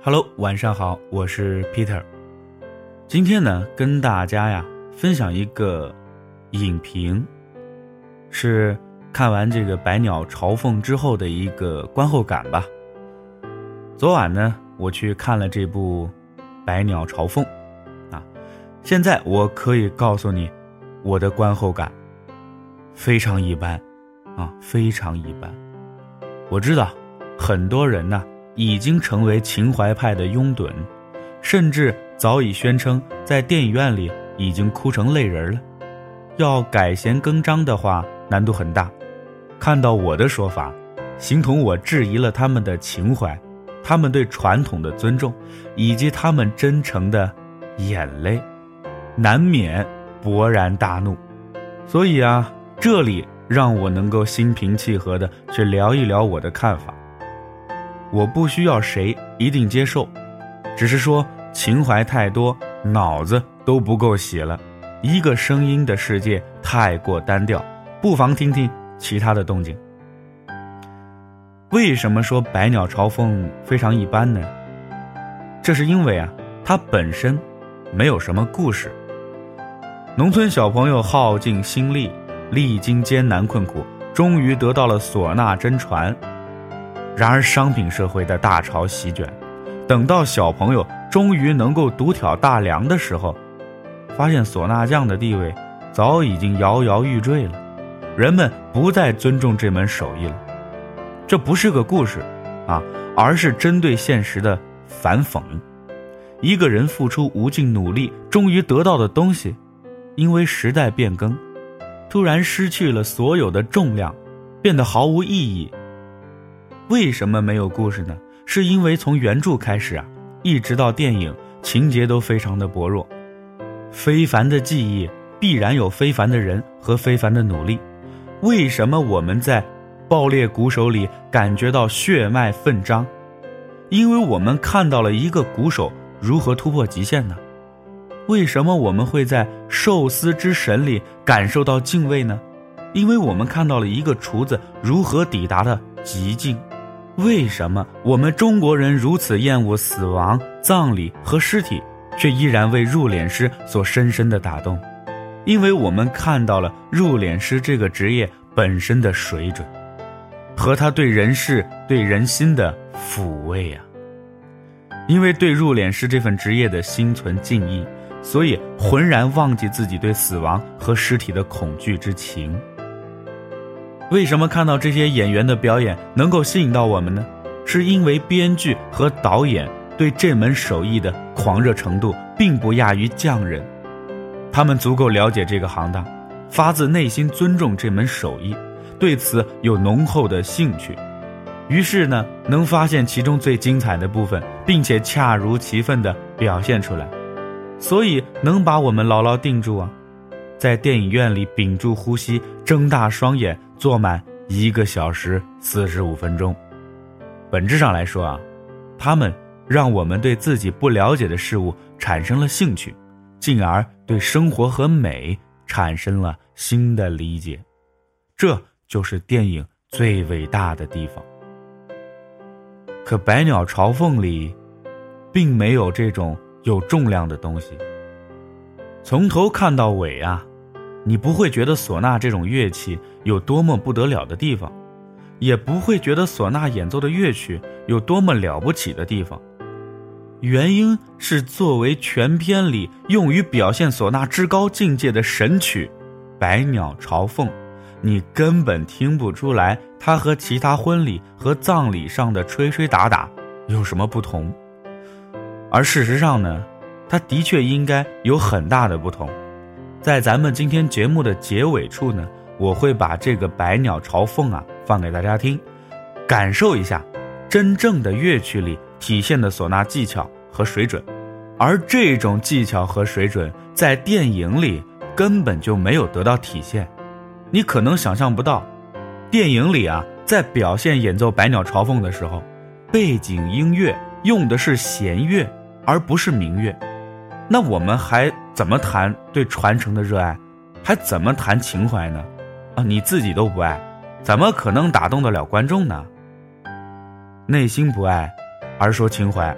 Hello， 晚上好，我是 Peter。今天呢，跟大家分享一个影评，是看完这个《百鸟朝凤》之后的一个观后感吧。昨晚呢，我去看了这部《百鸟朝凤》现在我可以告诉你，我的观后感非常一般非常一般。我知道很多人已经成为情怀派的拥趸，甚至早已宣称在电影院里已经哭成泪人了。要改弦更张的话，难度很大。看到我的说法，形同我质疑了他们的情怀，他们对传统的尊重，以及他们真诚的眼泪，难免勃然大怒。所以这里让我能够心平气和地去聊一聊我的看法。我不需要谁一定接受，只是说情怀太多，脑子都不够洗了，一个声音的世界太过单调，不妨听听其他的动静。为什么说百鸟朝凤非常一般呢？这是因为它本身没有什么故事。农村小朋友耗尽心力，历经艰难困苦，终于得到了唢呐真传。然而商品社会的大潮席卷，等到小朋友终于能够独挑大梁的时候，发现唢呐匠的地位早已经摇摇欲坠了，人们不再尊重这门手艺了。这不是个故事而是针对现实的反讽。一个人付出无尽努力终于得到的东西，因为时代变更，突然失去了所有的重量，变得毫无意义。为什么没有故事呢？是因为从原著开始一直到电影，情节都非常的薄弱。非凡的技艺必然有非凡的人和非凡的努力。为什么我们在爆裂鼓手里感觉到血脉奋张？因为我们看到了一个鼓手如何突破极限呢？为什么我们会在寿司之神里感受到敬畏呢？因为我们看到了一个厨子如何抵达的极境。为什么我们中国人如此厌恶死亡、葬礼和尸体，却依然为入殓师所深深的打动？因为我们看到了入殓师这个职业本身的水准，和他对人世、对人心的抚慰因为对入殓师这份职业的心存敬意，所以浑然忘记自己对死亡和尸体的恐惧之情。为什么看到这些演员的表演能够吸引到我们呢？是因为编剧和导演对这门手艺的狂热程度并不亚于匠人，他们足够了解这个行当，发自内心尊重这门手艺，对此有浓厚的兴趣，于是能发现其中最精彩的部分，并且恰如其分地表现出来，所以能把我们牢牢定住在电影院里屏住呼吸，睁大双眼，坐满1个小时45分钟。本质上来说他们让我们对自己不了解的事物产生了兴趣，进而对生活和美产生了新的理解。这就是电影最伟大的地方。可《百鸟朝凤》里并没有这种有重量的东西，从头看到尾你不会觉得唢呐这种乐器有多么不得了的地方，也不会觉得唢呐演奏的乐曲有多么了不起的地方。原因是作为全片里用于表现唢呐至高境界的神曲《百鸟朝凤》，你根本听不出来它和其他婚礼和葬礼上的吹吹打打有什么不同。而事实上它的确应该有很大的不同。在咱们今天节目的结尾处我会把这个百鸟朝凤放给大家听，感受一下真正的乐曲里体现的唢呐技巧和水准。而这种技巧和水准在电影里根本就没有得到体现。你可能想象不到，电影里在表现演奏百鸟朝凤的时候，背景音乐用的是弦乐而不是民乐。那我们还怎么谈对传承的热爱，还怎么谈情怀呢？你自己都不爱，怎么可能打动得了观众呢？内心不爱而说情怀，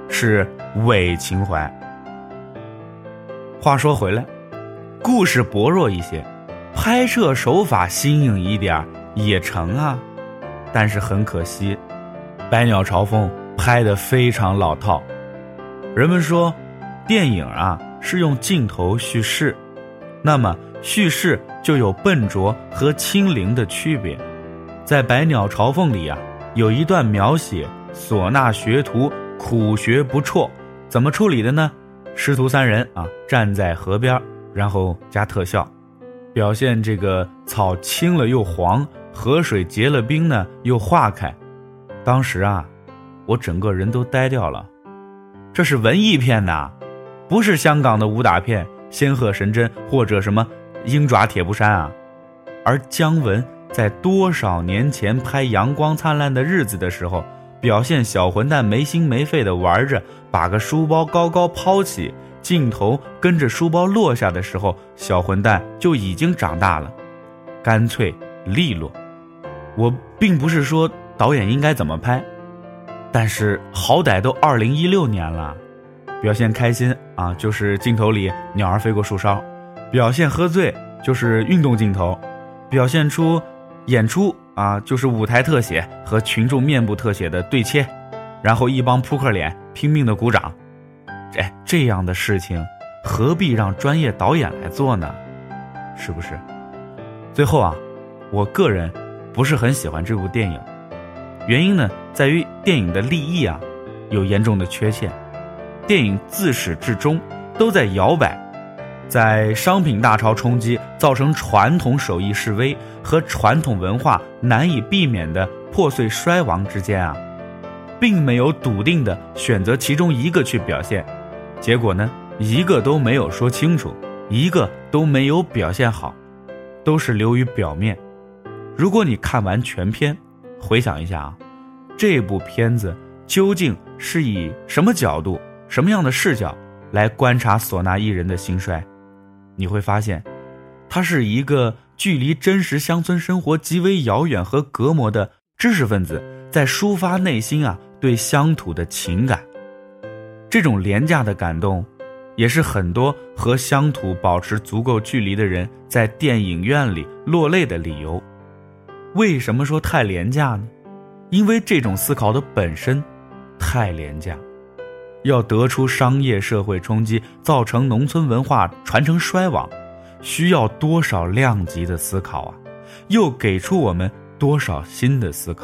是伪情怀。话说回来，故事薄弱一些，拍摄手法新颖一点也成啊。但是很可惜，百鸟朝凤拍得非常老套。人们说电影啊是用镜头叙事，那么叙事就有笨拙和轻灵的区别。在百鸟朝凤里啊，有一段描写唢呐学徒苦学不辍，怎么处理的呢？师徒三人啊站在河边，然后加特效，表现这个草青了又黄，河水结了冰呢又化开。当时啊，我整个人都呆掉了。这是文艺片呐，不是香港的武打片仙鹤神针或者什么鹰爪铁布衫啊。而姜文在多少年前拍《阳光灿烂的日子》的时候，表现小混蛋没心没肺的玩着，把个书包高高抛起，镜头跟着书包落下的时候，小混蛋就已经长大了，干脆利落。我并不是说导演应该怎么拍，但是好歹都2016年了，表现开心啊，就是镜头里鸟儿飞过树梢；表现喝醉就是运动镜头；表现出演出啊，就是舞台特写和群众面部特写的对切，然后一帮扑克脸拼命的鼓掌。这样的事情何必让专业导演来做呢？是不是？最后啊，我个人不是很喜欢这部电影，原因呢在于电影的立意啊有严重的缺陷。电影自始至终都在摇摆，在商品大潮冲击造成传统手艺式微和传统文化难以避免的破碎衰亡之间啊，并没有笃定的选择其中一个去表现。结果呢，一个都没有说清楚，一个都没有表现好，都是流于表面。如果你看完全片，回想一下啊，这部片子究竟是以什么角度、什么样的视角来观察唢呐艺人的兴衰，你会发现，他是一个距离真实乡村生活极为遥远和隔膜的知识分子，在抒发内心啊对乡土的情感。这种廉价的感动，也是很多和乡土保持足够距离的人在电影院里落泪的理由。为什么说太廉价呢？因为这种思考的本身太廉价。要得出商业社会冲击造成农村文化传承衰亡，需要多少量级的思考啊，又给出我们多少新的思考。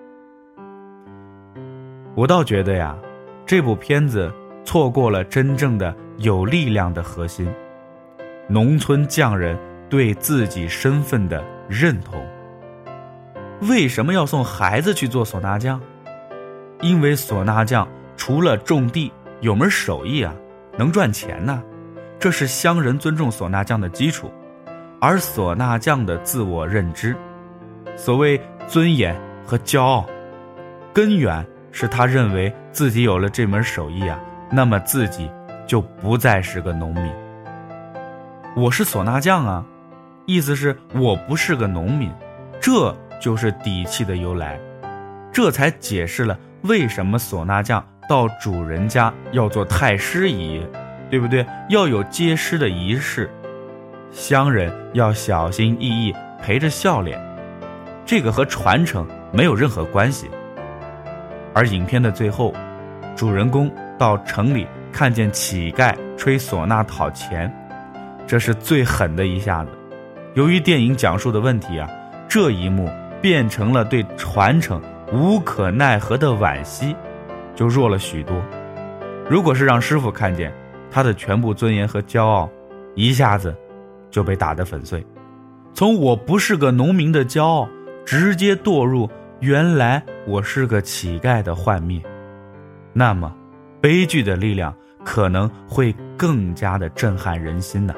我倒觉得呀，这部片子错过了真正的有力量的核心，农村匠人对自己身份的认同。为什么要送孩子去做唢呐匠？因为唢呐匠除了种地有门手艺啊，能赚钱呢，这是乡人尊重唢呐匠的基础。而唢呐匠的自我认知，所谓尊严和骄傲，根源是他认为自己有了这门手艺啊，那么自己就不再是个农民。我是唢呐匠啊，意思是我不是个农民，这就是底气的由来。这才解释了为什么唢呐匠到主人家要做太师仪，对不对？要有接师的仪式，乡人要小心翼翼陪着笑脸，这个和传承没有任何关系。而影片的最后，主人公到城里看见乞丐吹唢呐讨钱，这是最狠的一下子。由于电影讲述的问题啊，这一幕变成了对传承无可奈何的惋惜，就弱了许多。如果是让师傅看见，他的全部尊严和骄傲一下子就被打得粉碎，从我不是个农民的骄傲直接堕入原来我是个乞丐的幻灭。那么悲剧的力量可能会更加的震撼人心呢。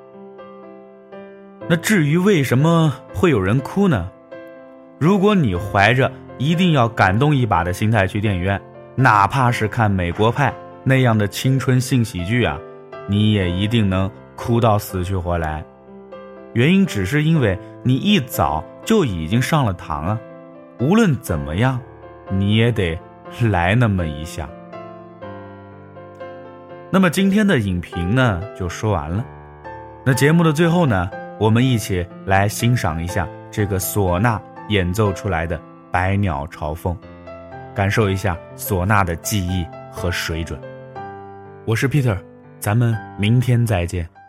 那至于为什么会有人哭呢？如果你怀着一定要感动一把的心态去电影院，哪怕是看美国派那样的青春性喜剧啊，你也一定能哭到死去活来。原因只是因为你一早就已经上了堂啊，无论怎么样你也得来那么一下。 那么今天的影评呢就说完了。那节目的最后呢，我们一起来欣赏一下这个唢呐演奏出来的《百鸟朝凤》，感受一下唢呐的技艺和水准。我是 Peter，咱们明天再见。